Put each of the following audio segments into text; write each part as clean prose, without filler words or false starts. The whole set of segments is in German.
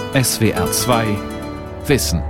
SWR 2 Wissen.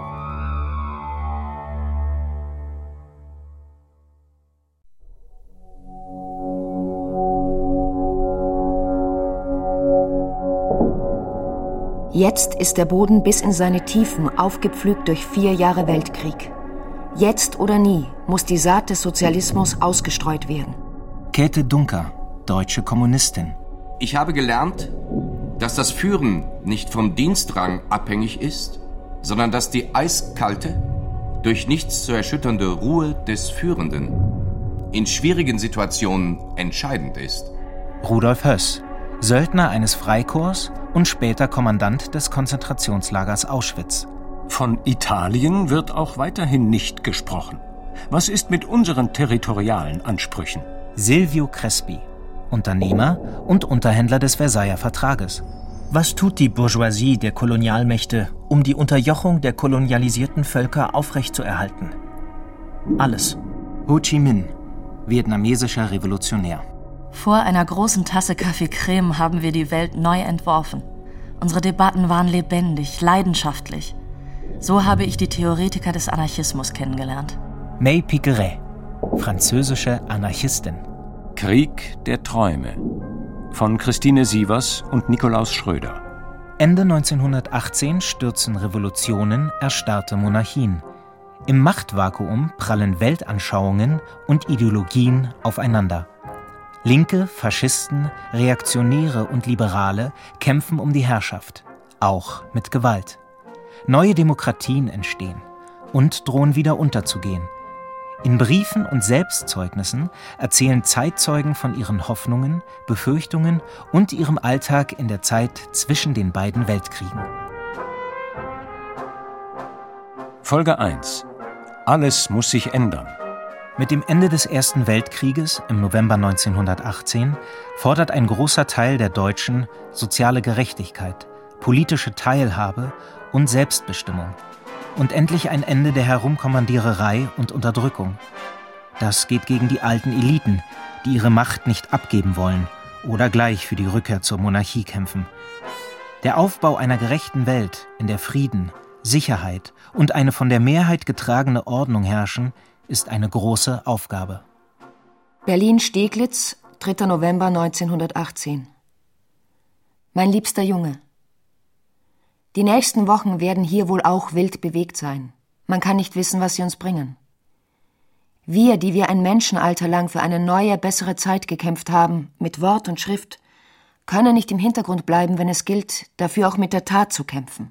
Jetzt ist der Boden bis in seine Tiefen aufgepflügt durch 4 Jahre Weltkrieg. Jetzt oder nie muss die Saat des Sozialismus ausgestreut werden. Käthe Duncker, deutsche Kommunistin. Ich habe gelernt, dass das Führen nicht vom Dienstrang abhängig ist, sondern dass die eiskalte, durch nichts zu erschütternde Ruhe des Führenden in schwierigen Situationen entscheidend ist. Rudolf Höss, Söldner eines Freikorps und später Kommandant des Konzentrationslagers Auschwitz. Von Italien wird auch weiterhin nicht gesprochen. Was ist mit unseren territorialen Ansprüchen? Silvio Crespi, Unternehmer und Unterhändler des Versailler Vertrages. Was tut die Bourgeoisie der Kolonialmächte, um die Unterjochung der kolonialisierten Völker aufrechtzuerhalten? Alles. Ho Chi Minh, vietnamesischer Revolutionär. Vor einer großen Tasse Kaffee Creme haben wir die Welt neu entworfen. Unsere Debatten waren lebendig, leidenschaftlich. So habe ich die Theoretiker des Anarchismus kennengelernt. May Piqueret, französische Anarchistin. Krieg der Träume von Christine Sievers und Nikolaus Schröder. Ende 1918 stürzen Revolutionen erstarrte Monarchien. Im Machtvakuum prallen Weltanschauungen und Ideologien aufeinander. Linke, Faschisten, Reaktionäre und Liberale kämpfen um die Herrschaft, auch mit Gewalt. Neue Demokratien entstehen und drohen wieder unterzugehen. In Briefen und Selbstzeugnissen erzählen Zeitzeugen von ihren Hoffnungen, Befürchtungen und ihrem Alltag in der Zeit zwischen den beiden Weltkriegen. Folge 1. Alles muss sich ändern. Mit dem Ende des Ersten Weltkrieges im November 1918 fordert ein großer Teil der Deutschen soziale Gerechtigkeit, politische Teilhabe und Selbstbestimmung und endlich ein Ende der Herumkommandiererei und Unterdrückung. Das geht gegen die alten Eliten, die ihre Macht nicht abgeben wollen oder gleich für die Rückkehr zur Monarchie kämpfen. Der Aufbau einer gerechten Welt, in der Frieden, Sicherheit und eine von der Mehrheit getragene Ordnung herrschen, ist eine große Aufgabe. Berlin-Steglitz, 3. November 1918. Mein liebster Junge, die nächsten Wochen werden hier wohl auch wild bewegt sein. Man kann nicht wissen, was sie uns bringen. Wir, die wir ein Menschenalter lang für eine neue, bessere Zeit gekämpft haben, mit Wort und Schrift, können nicht im Hintergrund bleiben, wenn es gilt, dafür auch mit der Tat zu kämpfen.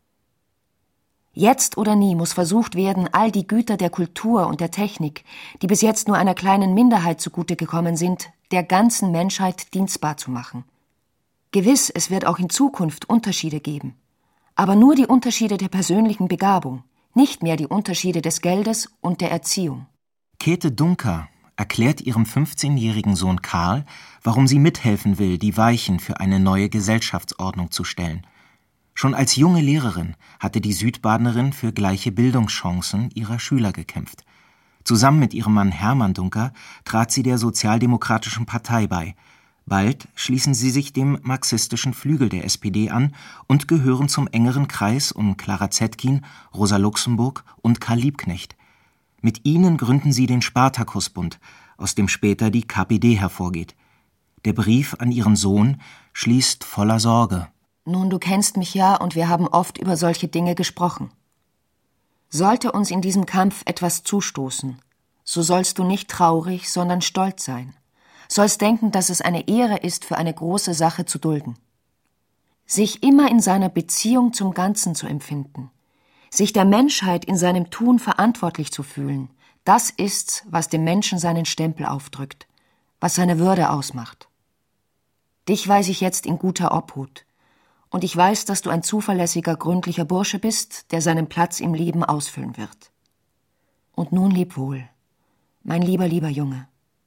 Jetzt oder nie muss versucht werden, all die Güter der Kultur und der Technik, die bis jetzt nur einer kleinen Minderheit zugute gekommen sind, der ganzen Menschheit dienstbar zu machen. Gewiss, es wird auch in Zukunft Unterschiede geben. Aber nur die Unterschiede der persönlichen Begabung, nicht mehr die Unterschiede des Geldes und der Erziehung. Käthe Duncker erklärt ihrem 15-jährigen Sohn Karl, warum sie mithelfen will, die Weichen für eine neue Gesellschaftsordnung zu stellen. Schon als junge Lehrerin hatte die Südbadenerin für gleiche Bildungschancen ihrer Schüler gekämpft. Zusammen mit ihrem Mann Hermann Duncker trat sie der Sozialdemokratischen Partei bei. Bald schließen sie sich dem marxistischen Flügel der SPD an und gehören zum engeren Kreis um Clara Zetkin, Rosa Luxemburg und Karl Liebknecht. Mit ihnen gründen sie den Spartakusbund, aus dem später die KPD hervorgeht. Der Brief an ihren Sohn schließt voller Sorge. Nun, du kennst mich ja und wir haben oft über solche Dinge gesprochen. Sollte uns in diesem Kampf etwas zustoßen, so sollst du nicht traurig, sondern stolz sein. Sollst denken, dass es eine Ehre ist, für eine große Sache zu dulden. Sich immer in seiner Beziehung zum Ganzen zu empfinden, sich der Menschheit in seinem Tun verantwortlich zu fühlen, das ist's, was dem Menschen seinen Stempel aufdrückt, was seine Würde ausmacht. Dich weiß ich jetzt in guter Obhut. Und ich weiß, dass du ein zuverlässiger, gründlicher Bursche bist, der seinen Platz im Leben ausfüllen wird. Und nun leb wohl, mein lieber Junge.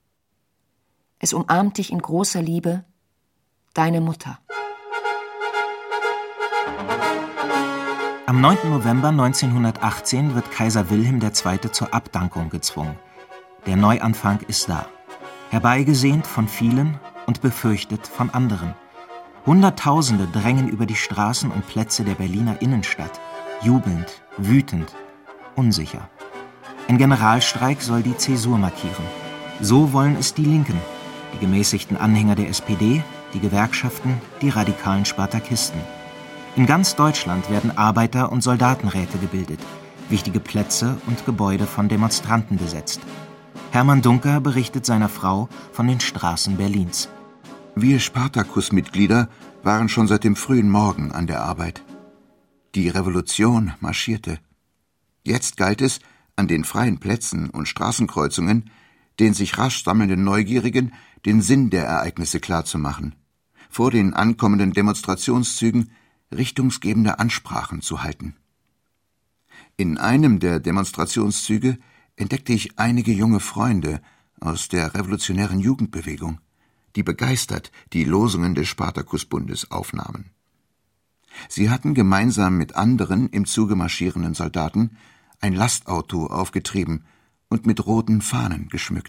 Es umarmt dich in großer Liebe, deine Mutter. Am 9. November 1918 wird Kaiser Wilhelm II. Zur Abdankung gezwungen. Der Neuanfang ist da. Herbeigesehnt von vielen und befürchtet von anderen. Hunderttausende drängen über die Straßen und Plätze der Berliner Innenstadt, jubelnd, wütend, unsicher. Ein Generalstreik soll die Zäsur markieren. So wollen es die Linken, die gemäßigten Anhänger der SPD, die Gewerkschaften, die radikalen Spartakisten. In ganz Deutschland werden Arbeiter- und Soldatenräte gebildet, wichtige Plätze und Gebäude von Demonstranten besetzt. Hermann Duncker berichtet seiner Frau von den Straßen Berlins. Wir Spartakus-Mitglieder waren schon seit dem frühen Morgen an der Arbeit. Die Revolution marschierte. Jetzt galt es, an den freien Plätzen und Straßenkreuzungen den sich rasch sammelnden Neugierigen den Sinn der Ereignisse klarzumachen, vor den ankommenden Demonstrationszügen richtungsgebende Ansprachen zu halten. In einem der Demonstrationszüge entdeckte ich einige junge Freunde aus der revolutionären Jugendbewegung, die begeistert die Losungen des Spartakusbundes aufnahmen. Sie hatten gemeinsam mit anderen im Zuge marschierenden Soldaten ein Lastauto aufgetrieben und mit roten Fahnen geschmückt.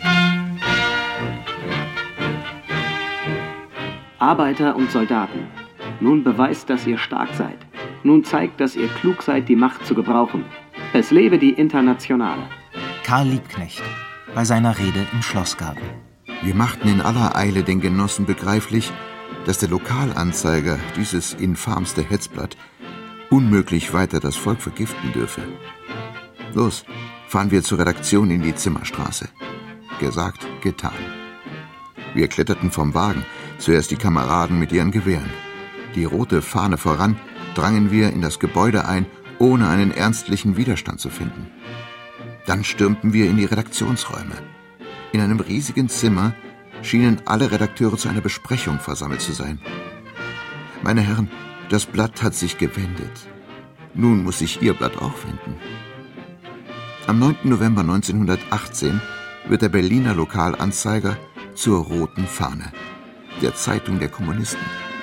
Arbeiter und Soldaten, nun beweist, dass ihr stark seid. Nun zeigt, dass ihr klug seid, die Macht zu gebrauchen. Es lebe die Internationale. Karl Liebknecht bei seiner Rede im Schlossgarten. Wir machten in aller Eile den Genossen begreiflich, dass der Lokalanzeiger, dieses infamste Hetzblatt, unmöglich weiter das Volk vergiften dürfe. Los, fahren wir zur Redaktion in die Zimmerstraße. Gesagt, getan. Wir kletterten vom Wagen, zuerst die Kameraden mit ihren Gewehren. Die rote Fahne voran, drangen wir in das Gebäude ein, ohne einen ernstlichen Widerstand zu finden. Dann stürmten wir in die Redaktionsräume. In einem riesigen Zimmer schienen alle Redakteure zu einer Besprechung versammelt zu sein. Meine Herren, das Blatt hat sich gewendet. Nun muss sich Ihr Blatt auch wenden. Am 9. November 1918 wird der Berliner Lokalanzeiger zur Roten Fahne, der Zeitung der Kommunisten.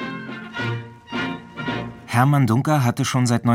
Hermann Duncker hatte schon seit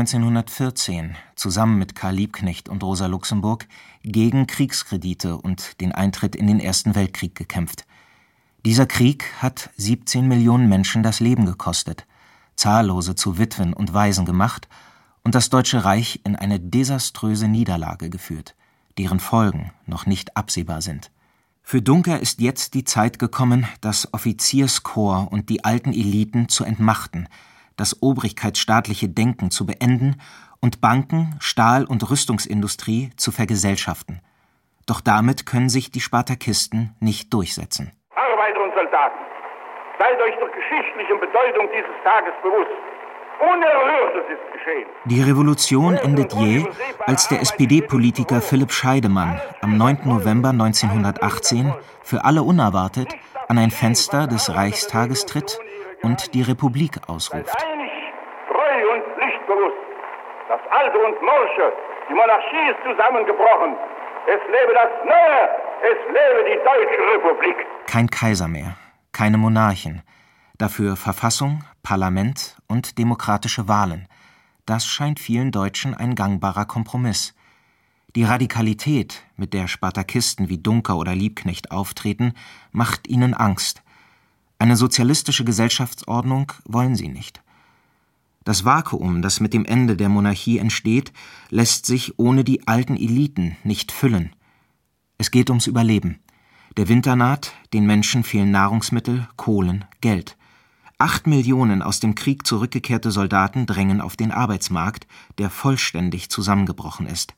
1914 zusammen mit Karl Liebknecht und Rosa Luxemburg gegen Kriegskredite und den Eintritt in den Ersten Weltkrieg gekämpft. Dieser Krieg hat 17 Millionen Menschen das Leben gekostet, Zahllose zu Witwen und Waisen gemacht und das Deutsche Reich in eine desaströse Niederlage geführt, deren Folgen noch nicht absehbar sind. Für Duncker ist jetzt die Zeit gekommen, das Offizierskorps und die alten Eliten zu entmachten, das obrigkeitsstaatliche Denken zu beenden und Banken, Stahl- und Rüstungsindustrie zu vergesellschaften. Doch damit können sich die Spartakisten nicht durchsetzen. Arbeiter und Soldaten, seid euch der geschichtlichen Bedeutung dieses Tages bewusst. Unerhörtes ist geschehen. Die Revolution endet jäh, als der SPD-Politiker Philipp Scheidemann am 9. November 1918 für alle unerwartet an ein Fenster des Reichstages tritt und die Republik ausruft. Seid einig, treu und pflichtbewusst. Das Alte und Morsche, die Monarchie ist zusammengebrochen. Es lebe das Neue, es lebe die Deutsche Republik. Kein Kaiser mehr, keine Monarchen. Dafür Verfassung, Parlament und demokratische Wahlen. Das scheint vielen Deutschen ein gangbarer Kompromiss. Die Radikalität, mit der Spartakisten wie Duncker oder Liebknecht auftreten, macht ihnen Angst. Eine sozialistische Gesellschaftsordnung wollen sie nicht. Das Vakuum, das mit dem Ende der Monarchie entsteht, lässt sich ohne die alten Eliten nicht füllen. Es geht ums Überleben. Der Winter naht, den Menschen fehlen Nahrungsmittel, Kohlen, Geld. 8 Millionen aus dem Krieg zurückgekehrte Soldaten drängen auf den Arbeitsmarkt, der vollständig zusammengebrochen ist.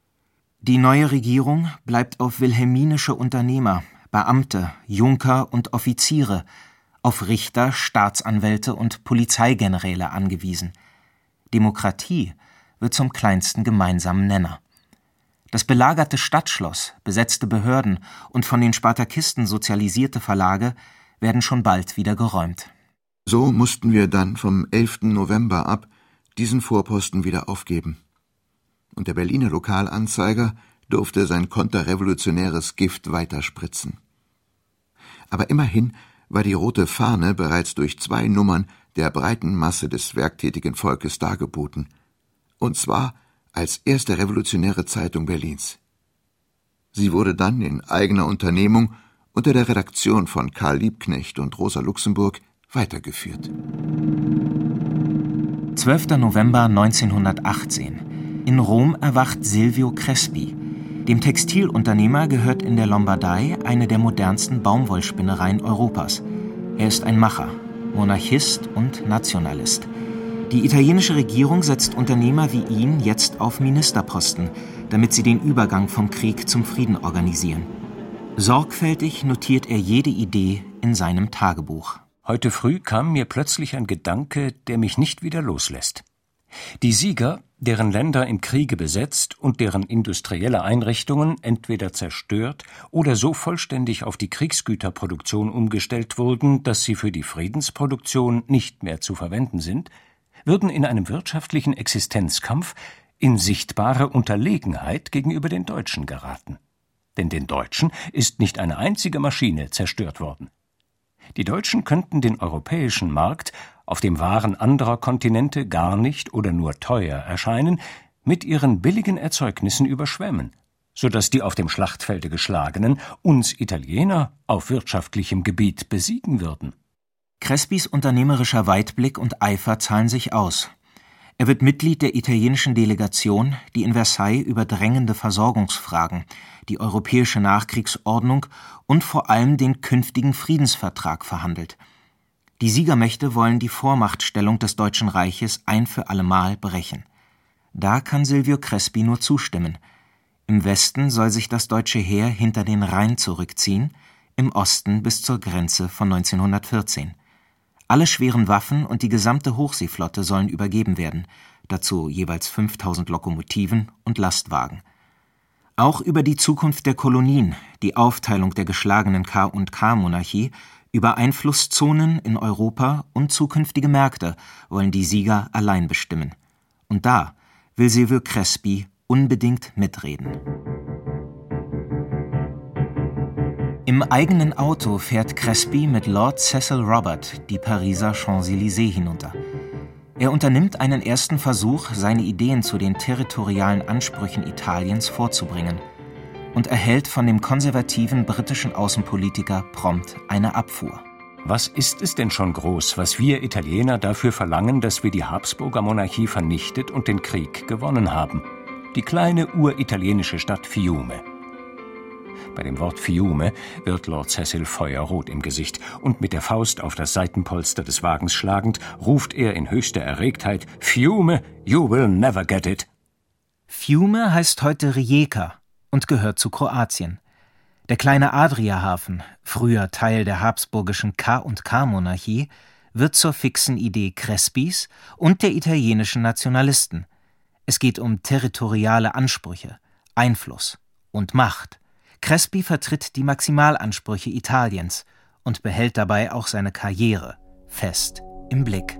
Die neue Regierung bleibt auf wilhelminische Unternehmer, Beamte, Junker und Offiziere, auf Richter, Staatsanwälte und Polizeigeneräle angewiesen. Demokratie wird zum kleinsten gemeinsamen Nenner. Das belagerte Stadtschloss, besetzte Behörden und von den Spartakisten sozialisierte Verlage werden schon bald wieder geräumt. So mussten wir dann vom 11. November ab diesen Vorposten wieder aufgeben. Und der Berliner Lokalanzeiger durfte sein konterrevolutionäres Gift weiterspritzen. Aber immerhin war die Rote Fahne bereits durch 2 Nummern der breiten Masse des werktätigen Volkes dargeboten. Und zwar als erste revolutionäre Zeitung Berlins. Sie wurde dann in eigener Unternehmung unter der Redaktion von Karl Liebknecht und Rosa Luxemburg weitergeführt. 12. November 1918. In Rom erwacht Silvio Crespi. Dem Textilunternehmer gehört in der Lombardei eine der modernsten Baumwollspinnereien Europas. Er ist ein Macher, Monarchist und Nationalist. Die italienische Regierung setzt Unternehmer wie ihn jetzt auf Ministerposten, damit sie den Übergang vom Krieg zum Frieden organisieren. Sorgfältig notiert er jede Idee in seinem Tagebuch. Heute früh kam mir plötzlich ein Gedanke, der mich nicht wieder loslässt. Die Sieger, deren Länder im Kriege besetzt und deren industrielle Einrichtungen entweder zerstört oder so vollständig auf die Kriegsgüterproduktion umgestellt wurden, dass sie für die Friedensproduktion nicht mehr zu verwenden sind, würden in einem wirtschaftlichen Existenzkampf in sichtbare Unterlegenheit gegenüber den Deutschen geraten. Denn den Deutschen ist nicht eine einzige Maschine zerstört worden. Die Deutschen könnten den europäischen Markt, auf dem Waren anderer Kontinente gar nicht oder nur teuer erscheinen, mit ihren billigen Erzeugnissen überschwemmen, sodass die auf dem Schlachtfelde Geschlagenen uns Italiener auf wirtschaftlichem Gebiet besiegen würden. Crespis unternehmerischer Weitblick und Eifer zahlen sich aus. Er wird Mitglied der italienischen Delegation, die in Versailles über drängende Versorgungsfragen, die europäische Nachkriegsordnung und vor allem den künftigen Friedensvertrag verhandelt. Die Siegermächte wollen die Vormachtstellung des Deutschen Reiches ein für allemal brechen. Da kann Silvio Crespi nur zustimmen. Im Westen soll sich das deutsche Heer hinter den Rhein zurückziehen, im Osten bis zur Grenze von 1914. Alle schweren Waffen und die gesamte Hochseeflotte sollen übergeben werden, dazu jeweils 5000 Lokomotiven und Lastwagen. Auch über die Zukunft der Kolonien, die Aufteilung der geschlagenen K&K-Monarchie, über Einflusszonen in Europa und zukünftige Märkte wollen die Sieger allein bestimmen. Und da will Silvio Crespi unbedingt mitreden. Im eigenen Auto fährt Crespi mit Lord Cecil Robert die Pariser Champs-Élysées hinunter. Er unternimmt einen ersten Versuch, seine Ideen zu den territorialen Ansprüchen Italiens vorzubringen und erhält von dem konservativen britischen Außenpolitiker prompt eine Abfuhr. Was ist es denn schon groß, was wir Italiener dafür verlangen, dass wir die Habsburger Monarchie vernichtet und den Krieg gewonnen haben? Die kleine uritalienische Stadt Fiume. Bei dem Wort Fiume wird Lord Cecil feuerrot im Gesicht und mit der Faust auf das Seitenpolster des Wagens schlagend, ruft er in höchster Erregtheit: Fiume, you will never get it. Fiume heißt heute Rijeka und gehört zu Kroatien. Der kleine Adriahafen, früher Teil der habsburgischen K&K-Monarchie, wird zur fixen Idee Crespis und der italienischen Nationalisten. Es geht um territoriale Ansprüche, Einfluss und Macht. Crespi vertritt die Maximalansprüche Italiens und behält dabei auch seine Karriere fest im Blick.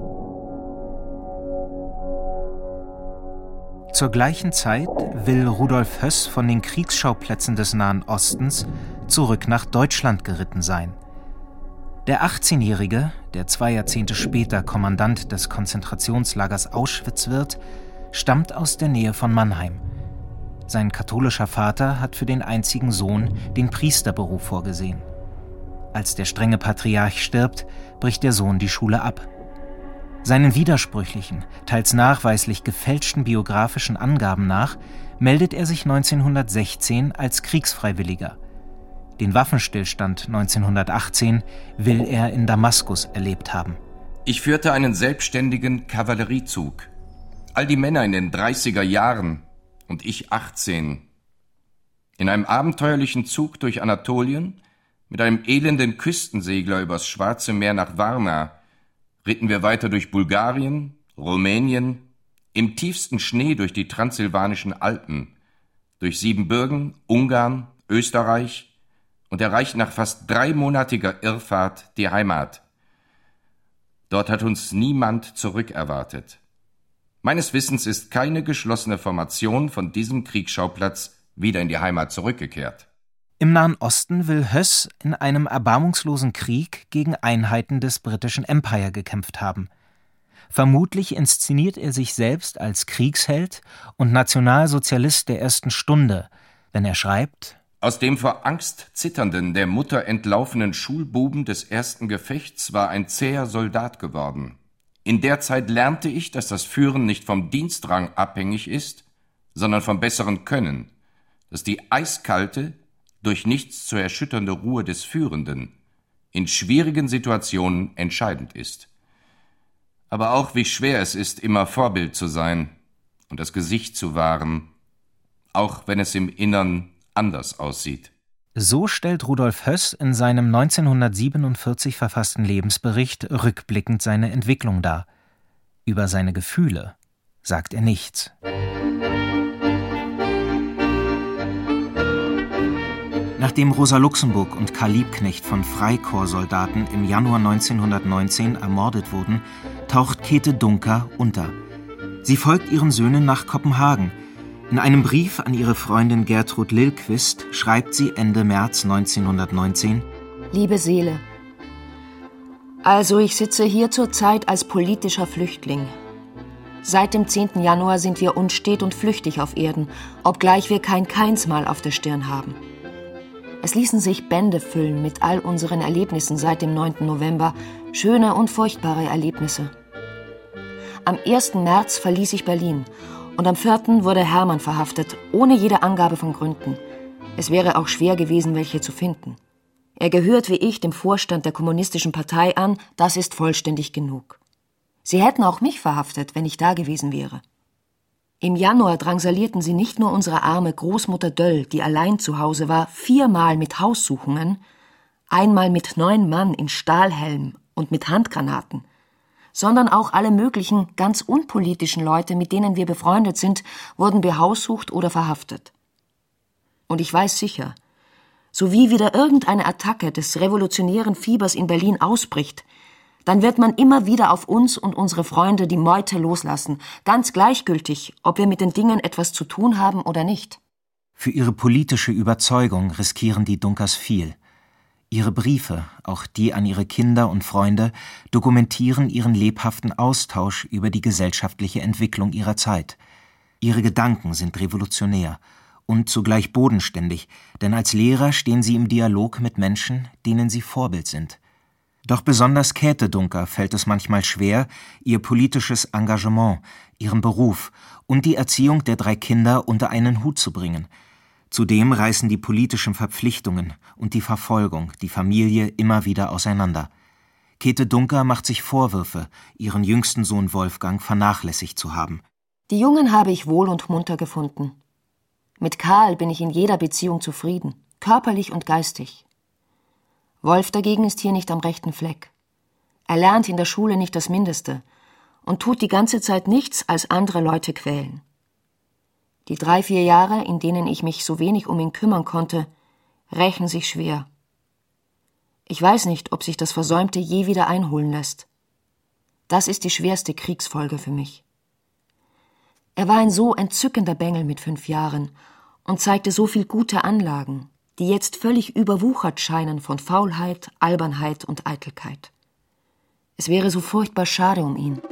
Zur gleichen Zeit will Rudolf Höss von den Kriegsschauplätzen des Nahen Ostens zurück nach Deutschland geritten sein. Der 18-Jährige, der 2 Jahrzehnte später Kommandant des Konzentrationslagers Auschwitz wird, stammt aus der Nähe von Mannheim. Sein katholischer Vater hat für den einzigen Sohn den Priesterberuf vorgesehen. Als der strenge Patriarch stirbt, bricht der Sohn die Schule ab. Seinen widersprüchlichen, teils nachweislich gefälschten biografischen Angaben nach meldet er sich 1916 als Kriegsfreiwilliger. Den Waffenstillstand 1918 will er in Damaskus erlebt haben. Ich führte einen selbstständigen Kavalleriezug. All die Männer in den 30er Jahren und ich 18. In einem abenteuerlichen Zug durch Anatolien mit einem elenden Küstensegler übers Schwarze Meer nach Varna ritten wir weiter durch Bulgarien, Rumänien, im tiefsten Schnee durch die transsilvanischen Alpen, durch Siebenbürgen, Ungarn, Österreich und erreichten nach fast 3-monatiger Irrfahrt die Heimat. Dort hat uns niemand zurückerwartet. Meines Wissens ist keine geschlossene Formation von diesem Kriegsschauplatz wieder in die Heimat zurückgekehrt. Im Nahen Osten will Höss in einem erbarmungslosen Krieg gegen Einheiten des britischen Empire gekämpft haben. Vermutlich inszeniert er sich selbst als Kriegsheld und Nationalsozialist der ersten Stunde, wenn er schreibt: Aus dem vor Angst zitternden, der Mutter entlaufenen Schulbuben des ersten Gefechts war ein zäher Soldat geworden. In der Zeit lernte ich, dass das Führen nicht vom Dienstrang abhängig ist, sondern vom besseren Können, dass die eiskalte, durch nichts zu erschütternde Ruhe des Führenden in schwierigen Situationen entscheidend ist. Aber auch wie schwer es ist, immer Vorbild zu sein und das Gesicht zu wahren, auch wenn es im Innern anders aussieht. So stellt Rudolf Höss in seinem 1947 verfassten Lebensbericht rückblickend seine Entwicklung dar. Über seine Gefühle sagt er nichts. Nachdem Rosa Luxemburg und Karl Liebknecht von Freikorpssoldaten im Januar 1919 ermordet wurden, taucht Käthe Duncker unter. Sie folgt ihren Söhnen nach Kopenhagen. In einem Brief an ihre Freundin Gertrud Lillquist schreibt sie Ende März 1919: Liebe Seele, also ich sitze hier zurzeit als politischer Flüchtling. Seit dem 10. Januar sind wir unstet und flüchtig auf Erden, obgleich wir kein Keinsmal auf der Stirn haben. Es ließen sich Bände füllen mit all unseren Erlebnissen seit dem 9. November, schöne und furchtbare Erlebnisse. Am 1. März verließ ich Berlin und am 4. wurde Hermann verhaftet, ohne jede Angabe von Gründen. Es wäre auch schwer gewesen, welche zu finden. Er gehört wie ich dem Vorstand der Kommunistischen Partei an, das ist vollständig genug. Sie hätten auch mich verhaftet, wenn ich da gewesen wäre. Im Januar drangsalierten sie nicht nur unsere arme Großmutter Döll, die allein zu Hause war, 4-mal mit Haussuchungen, einmal mit 9 Mann in Stahlhelm und mit Handgranaten, sondern auch alle möglichen, ganz unpolitischen Leute, mit denen wir befreundet sind, wurden behaussucht oder verhaftet. Und ich weiß sicher, so wie wieder irgendeine Attacke des revolutionären Fiebers in Berlin ausbricht, dann wird man immer wieder auf uns und unsere Freunde die Meute loslassen, ganz gleichgültig, ob wir mit den Dingen etwas zu tun haben oder nicht. Für ihre politische Überzeugung riskieren die Dunkers viel. Ihre Briefe, auch die an ihre Kinder und Freunde, dokumentieren ihren lebhaften Austausch über die gesellschaftliche Entwicklung ihrer Zeit. Ihre Gedanken sind revolutionär und zugleich bodenständig, denn als Lehrer stehen sie im Dialog mit Menschen, denen sie Vorbild sind. Doch besonders Käthe Duncker fällt es manchmal schwer, ihr politisches Engagement, ihren Beruf und die Erziehung der 3 Kinder unter einen Hut zu bringen. Zudem reißen die politischen Verpflichtungen und die Verfolgung die Familie immer wieder auseinander. Käthe Duncker macht sich Vorwürfe, ihren jüngsten Sohn Wolfgang vernachlässigt zu haben. Die Jungen habe ich wohl und munter gefunden. Mit Karl bin ich in jeder Beziehung zufrieden, körperlich und geistig. Wolf dagegen ist hier nicht am rechten Fleck. Er lernt in der Schule nicht das Mindeste und tut die ganze Zeit nichts als andere Leute quälen. Die 3-4 Jahre, in denen ich mich so wenig um ihn kümmern konnte, rächen sich schwer. Ich weiß nicht, ob sich das Versäumte je wieder einholen lässt. Das ist die schwerste Kriegsfolge für mich. Er war ein so entzückender Bengel mit 5 Jahren und zeigte so viel gute Anlagen, die jetzt völlig überwuchert scheinen von Faulheit, Albernheit und Eitelkeit. Es wäre so furchtbar schade um ihn.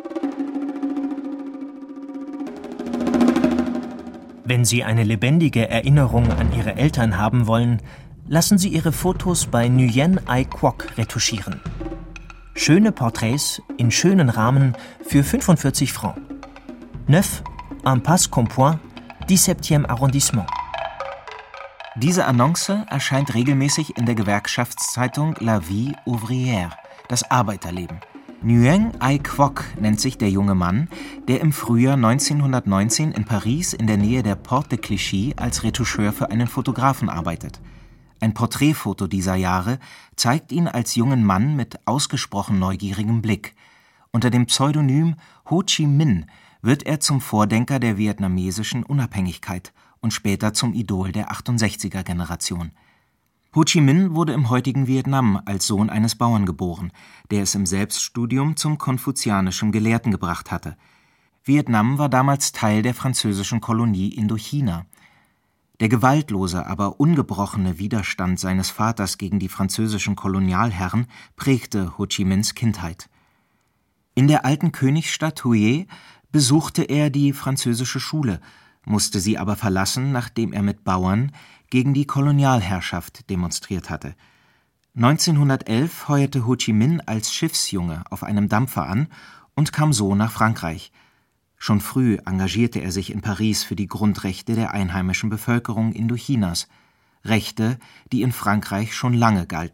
Wenn Sie eine lebendige Erinnerung an Ihre Eltern haben wollen, lassen Sie Ihre Fotos bei Nguyen Ai Quoc retuschieren. Schöne Porträts in schönen Rahmen für 45 Francs. 9 Impasse Compoint, 17e Arrondissement. Diese Annonce erscheint regelmäßig in der Gewerkschaftszeitung La Vie Ouvrière, das Arbeiterleben. Nguyen Ai Quoc nennt sich der junge Mann, der im Frühjahr 1919 in Paris in der Nähe der Porte de Clichy als Retoucheur für einen Fotografen arbeitet. Ein Porträtfoto dieser Jahre zeigt ihn als jungen Mann mit ausgesprochen neugierigem Blick. Unter dem Pseudonym Ho Chi Minh wird er zum Vordenker der vietnamesischen Unabhängigkeit und später zum Idol der 68er-Generation. Ho Chi Minh wurde im heutigen Vietnam als Sohn eines Bauern geboren, der es im Selbststudium zum konfuzianischen Gelehrten gebracht hatte. Vietnam war damals Teil der französischen Kolonie Indochina. Der gewaltlose, aber ungebrochene Widerstand seines Vaters gegen die französischen Kolonialherren prägte Ho Chi Minhs Kindheit. In der alten Königsstadt Hue besuchte er die französische Schule, musste sie aber verlassen, nachdem er mit Bauern gegen die Kolonialherrschaft demonstriert hatte. 1911 heuerte Ho Chi Minh als Schiffsjunge auf einem Dampfer an und kam so nach Frankreich. Schon früh engagierte er sich in Paris für die Grundrechte der einheimischen Bevölkerung Indochinas, Rechte, die in Frankreich schon lange galten.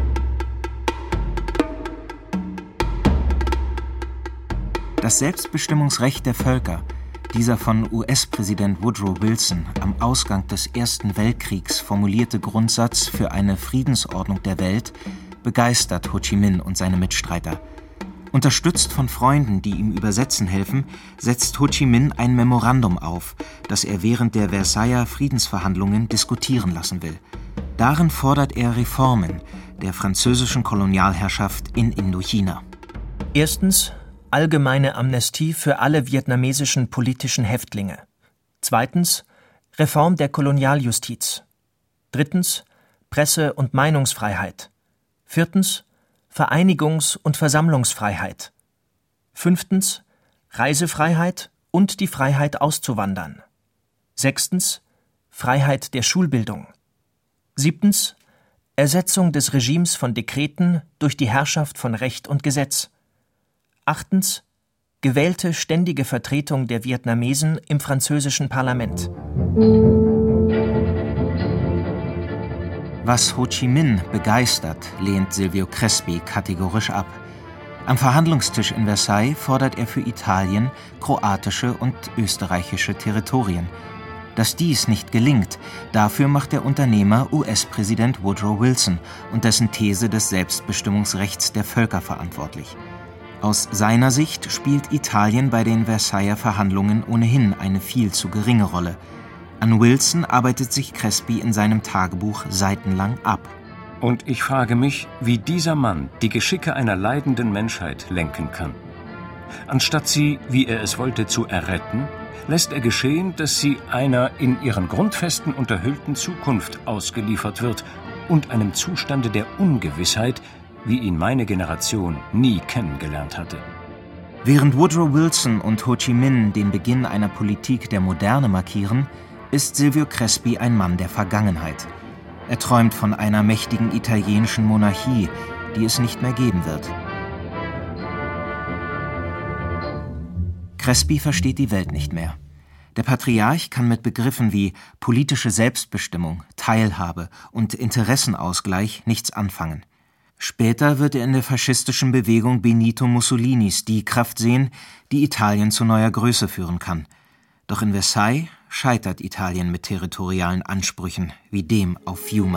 Das Selbstbestimmungsrecht der Völker, dieser von US-Präsident Woodrow Wilson am Ausgang des Ersten Weltkriegs formulierte Grundsatz für eine Friedensordnung der Welt, begeistert Ho Chi Minh und seine Mitstreiter. Unterstützt von Freunden, die ihm übersetzen helfen, setzt Ho Chi Minh ein Memorandum auf, das er während der Versailler Friedensverhandlungen diskutieren lassen will. Darin fordert er Reformen der französischen Kolonialherrschaft in Indochina. Erstens allgemeine Amnestie für alle vietnamesischen politischen Häftlinge. Zweitens Reform der Kolonialjustiz. Drittens Presse- und Meinungsfreiheit. Viertens Vereinigungs- und Versammlungsfreiheit. Fünftens Reisefreiheit und die Freiheit auszuwandern. Sechstens Freiheit der Schulbildung. Siebtens Ersetzung des Regimes von Dekreten durch die Herrschaft von Recht und Gesetz. Achtens gewählte ständige Vertretung der Vietnamesen im französischen Parlament. Was Ho Chi Minh begeistert, lehnt Silvio Crespi kategorisch ab. Am Verhandlungstisch in Versailles fordert er für Italien kroatische und österreichische Territorien. Dass dies nicht gelingt, dafür macht der Unternehmer US-Präsident Woodrow Wilson und dessen These des Selbstbestimmungsrechts der Völker verantwortlich. Aus seiner Sicht spielt Italien bei den Versailler Verhandlungen ohnehin eine viel zu geringe Rolle. An Wilson arbeitet sich Crespi in seinem Tagebuch seitenlang ab. Und ich frage mich, wie dieser Mann die Geschicke einer leidenden Menschheit lenken kann. Anstatt sie, wie er es wollte, zu erretten, lässt er geschehen, dass sie einer in ihren Grundfesten unterhüllten Zukunft ausgeliefert wird und einem Zustande der Ungewissheit, wie ihn meine Generation nie kennengelernt hatte. Während Woodrow Wilson und Ho Chi Minh den Beginn einer Politik der Moderne markieren, ist Silvio Crespi ein Mann der Vergangenheit. Er träumt von einer mächtigen italienischen Monarchie, die es nicht mehr geben wird. Crespi versteht die Welt nicht mehr. Der Patriarch kann mit Begriffen wie politische Selbstbestimmung, Teilhabe und Interessenausgleich nichts anfangen. Später wird er in der faschistischen Bewegung Benito Mussolinis die Kraft sehen, die Italien zu neuer Größe führen kann. Doch in Versailles scheitert Italien mit territorialen Ansprüchen wie dem auf Fiume.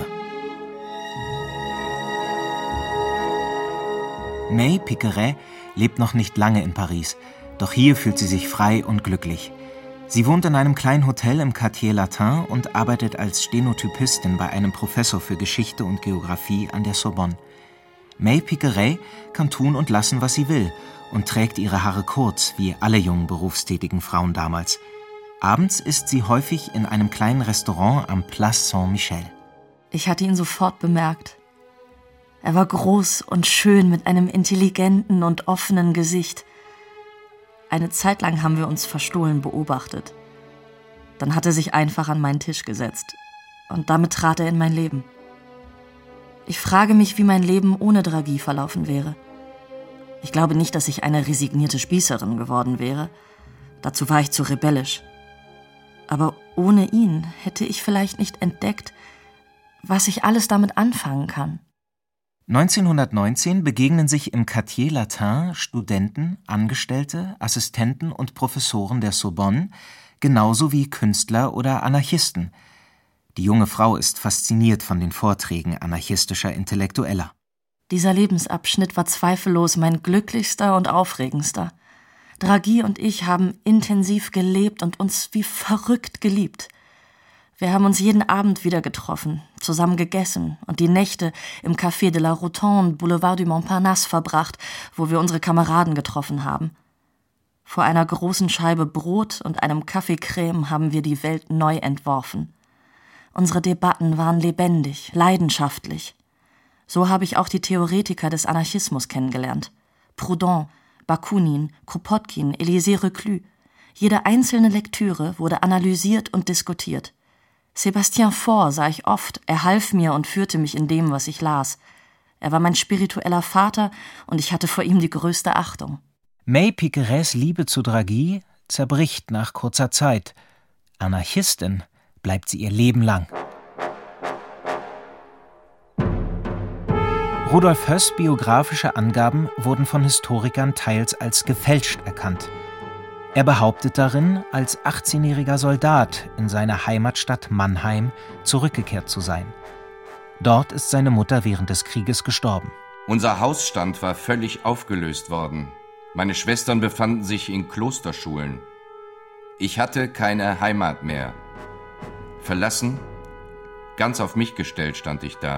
May Piqueret lebt noch nicht lange in Paris, doch hier fühlt sie sich frei und glücklich. Sie wohnt in einem kleinen Hotel im Quartier Latin und arbeitet als Stenotypistin bei einem Professor für Geschichte und Geographie an der Sorbonne. May Piqueret kann tun und lassen, was sie will und trägt ihre Haare kurz, wie alle jungen berufstätigen Frauen damals. Abends isst sie häufig in einem kleinen Restaurant am Place Saint-Michel. Ich hatte ihn sofort bemerkt. Er war groß und schön mit einem intelligenten und offenen Gesicht. Eine Zeit lang haben wir uns verstohlen beobachtet. Dann hat er sich einfach an meinen Tisch gesetzt. Und damit trat er in mein Leben. Ich frage mich, wie mein Leben ohne Draghi verlaufen wäre. Ich glaube nicht, dass ich eine resignierte Spießerin geworden wäre. Dazu war ich zu rebellisch. Aber ohne ihn hätte ich vielleicht nicht entdeckt, was ich alles damit anfangen kann. 1919 begegnen sich im Quartier Latin Studenten, Angestellte, Assistenten und Professoren der Sorbonne, genauso wie Künstler oder Anarchisten. Die junge Frau ist fasziniert von den Vorträgen anarchistischer Intellektueller. Dieser Lebensabschnitt war zweifellos mein glücklichster und aufregendster. Draghi und ich haben intensiv gelebt und uns wie verrückt geliebt. Wir haben uns jeden Abend wieder getroffen, zusammen gegessen und die Nächte im Café de la Rotonde, Boulevard du Montparnasse verbracht, wo wir unsere Kameraden getroffen haben. Vor einer großen Scheibe Brot und einem Kaffeecreme haben wir die Welt neu entworfen. Unsere Debatten waren lebendig, leidenschaftlich. So habe ich auch die Theoretiker des Anarchismus kennengelernt. Proudhon, Bakunin, Kropotkin, Élisée Reclus. Jede einzelne Lektüre wurde analysiert und diskutiert. Sébastien Faure sah ich oft, er half mir und führte mich in dem, was ich las. Er war mein spiritueller Vater und ich hatte vor ihm die größte Achtung. May Piquerets Liebe zu Draghi zerbricht nach kurzer Zeit. Anarchistin bleibt sie ihr Leben lang. Rudolf Höss' biografische Angaben wurden von Historikern teils als gefälscht erkannt. Er behauptet darin, als 18-jähriger Soldat in seine Heimatstadt Mannheim zurückgekehrt zu sein. Dort ist seine Mutter während des Krieges gestorben. Unser Hausstand war völlig aufgelöst worden. Meine Schwestern befanden sich in Klosterschulen. Ich hatte keine Heimat mehr. Verlassen, ganz auf mich gestellt stand ich da.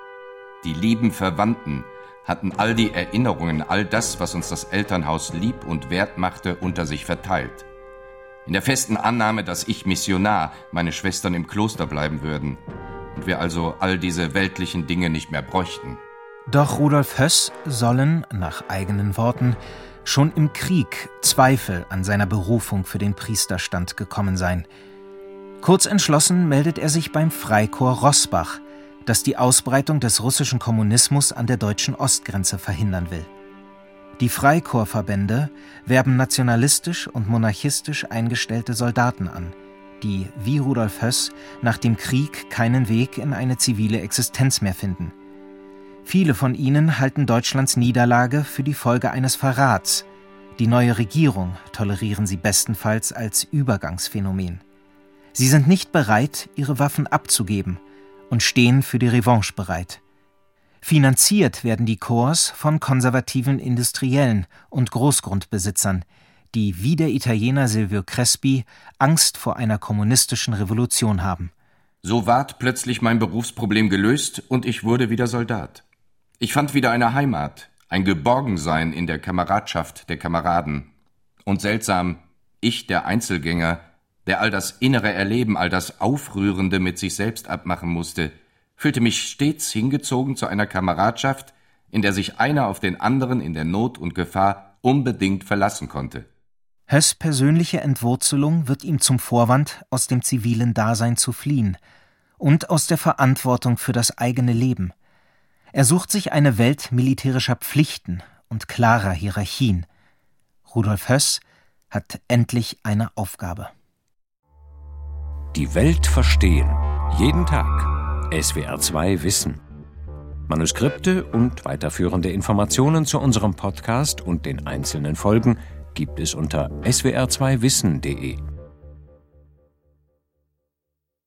Die lieben Verwandten hatten all die Erinnerungen, all das, was uns das Elternhaus lieb und wert machte, unter sich verteilt. In der festen Annahme, dass ich Missionar, meine Schwestern im Kloster bleiben würden und wir also all diese weltlichen Dinge nicht mehr bräuchten. Doch Rudolf Höss sollen, nach eigenen Worten, schon im Krieg Zweifel an seiner Berufung für den Priesterstand gekommen sein. Kurz entschlossen meldet er sich beim Freikorps Roßbach, das die Ausbreitung des russischen Kommunismus an der deutschen Ostgrenze verhindern will. Die Freikorpsverbände werben nationalistisch und monarchistisch eingestellte Soldaten an, die, wie Rudolf Höss, nach dem Krieg keinen Weg in eine zivile Existenz mehr finden. Viele von ihnen halten Deutschlands Niederlage für die Folge eines Verrats. Die neue Regierung tolerieren sie bestenfalls als Übergangsphänomen. Sie sind nicht bereit, ihre Waffen abzugeben und stehen für die Revanche bereit. Finanziert werden die Korps von konservativen Industriellen und Großgrundbesitzern, die wie der Italiener Silvio Crespi Angst vor einer kommunistischen Revolution haben. So ward plötzlich mein Berufsproblem gelöst und ich wurde wieder Soldat. Ich fand wieder eine Heimat, ein Geborgensein in der Kameradschaft der Kameraden. Und seltsam, ich, der Einzelgänger, der all das innere Erleben, all das Aufrührende mit sich selbst abmachen musste, fühlte mich stets hingezogen zu einer Kameradschaft, in der sich einer auf den anderen in der Not und Gefahr unbedingt verlassen konnte. Höss' persönliche Entwurzelung wird ihm zum Vorwand, aus dem zivilen Dasein zu fliehen und aus der Verantwortung für das eigene Leben. Er sucht sich eine Welt militärischer Pflichten und klarer Hierarchien. Rudolf Höss hat endlich eine Aufgabe. Die Welt verstehen. Jeden Tag. SWR2 Wissen. Manuskripte und weiterführende Informationen zu unserem Podcast und den einzelnen Folgen gibt es unter swr2wissen.de.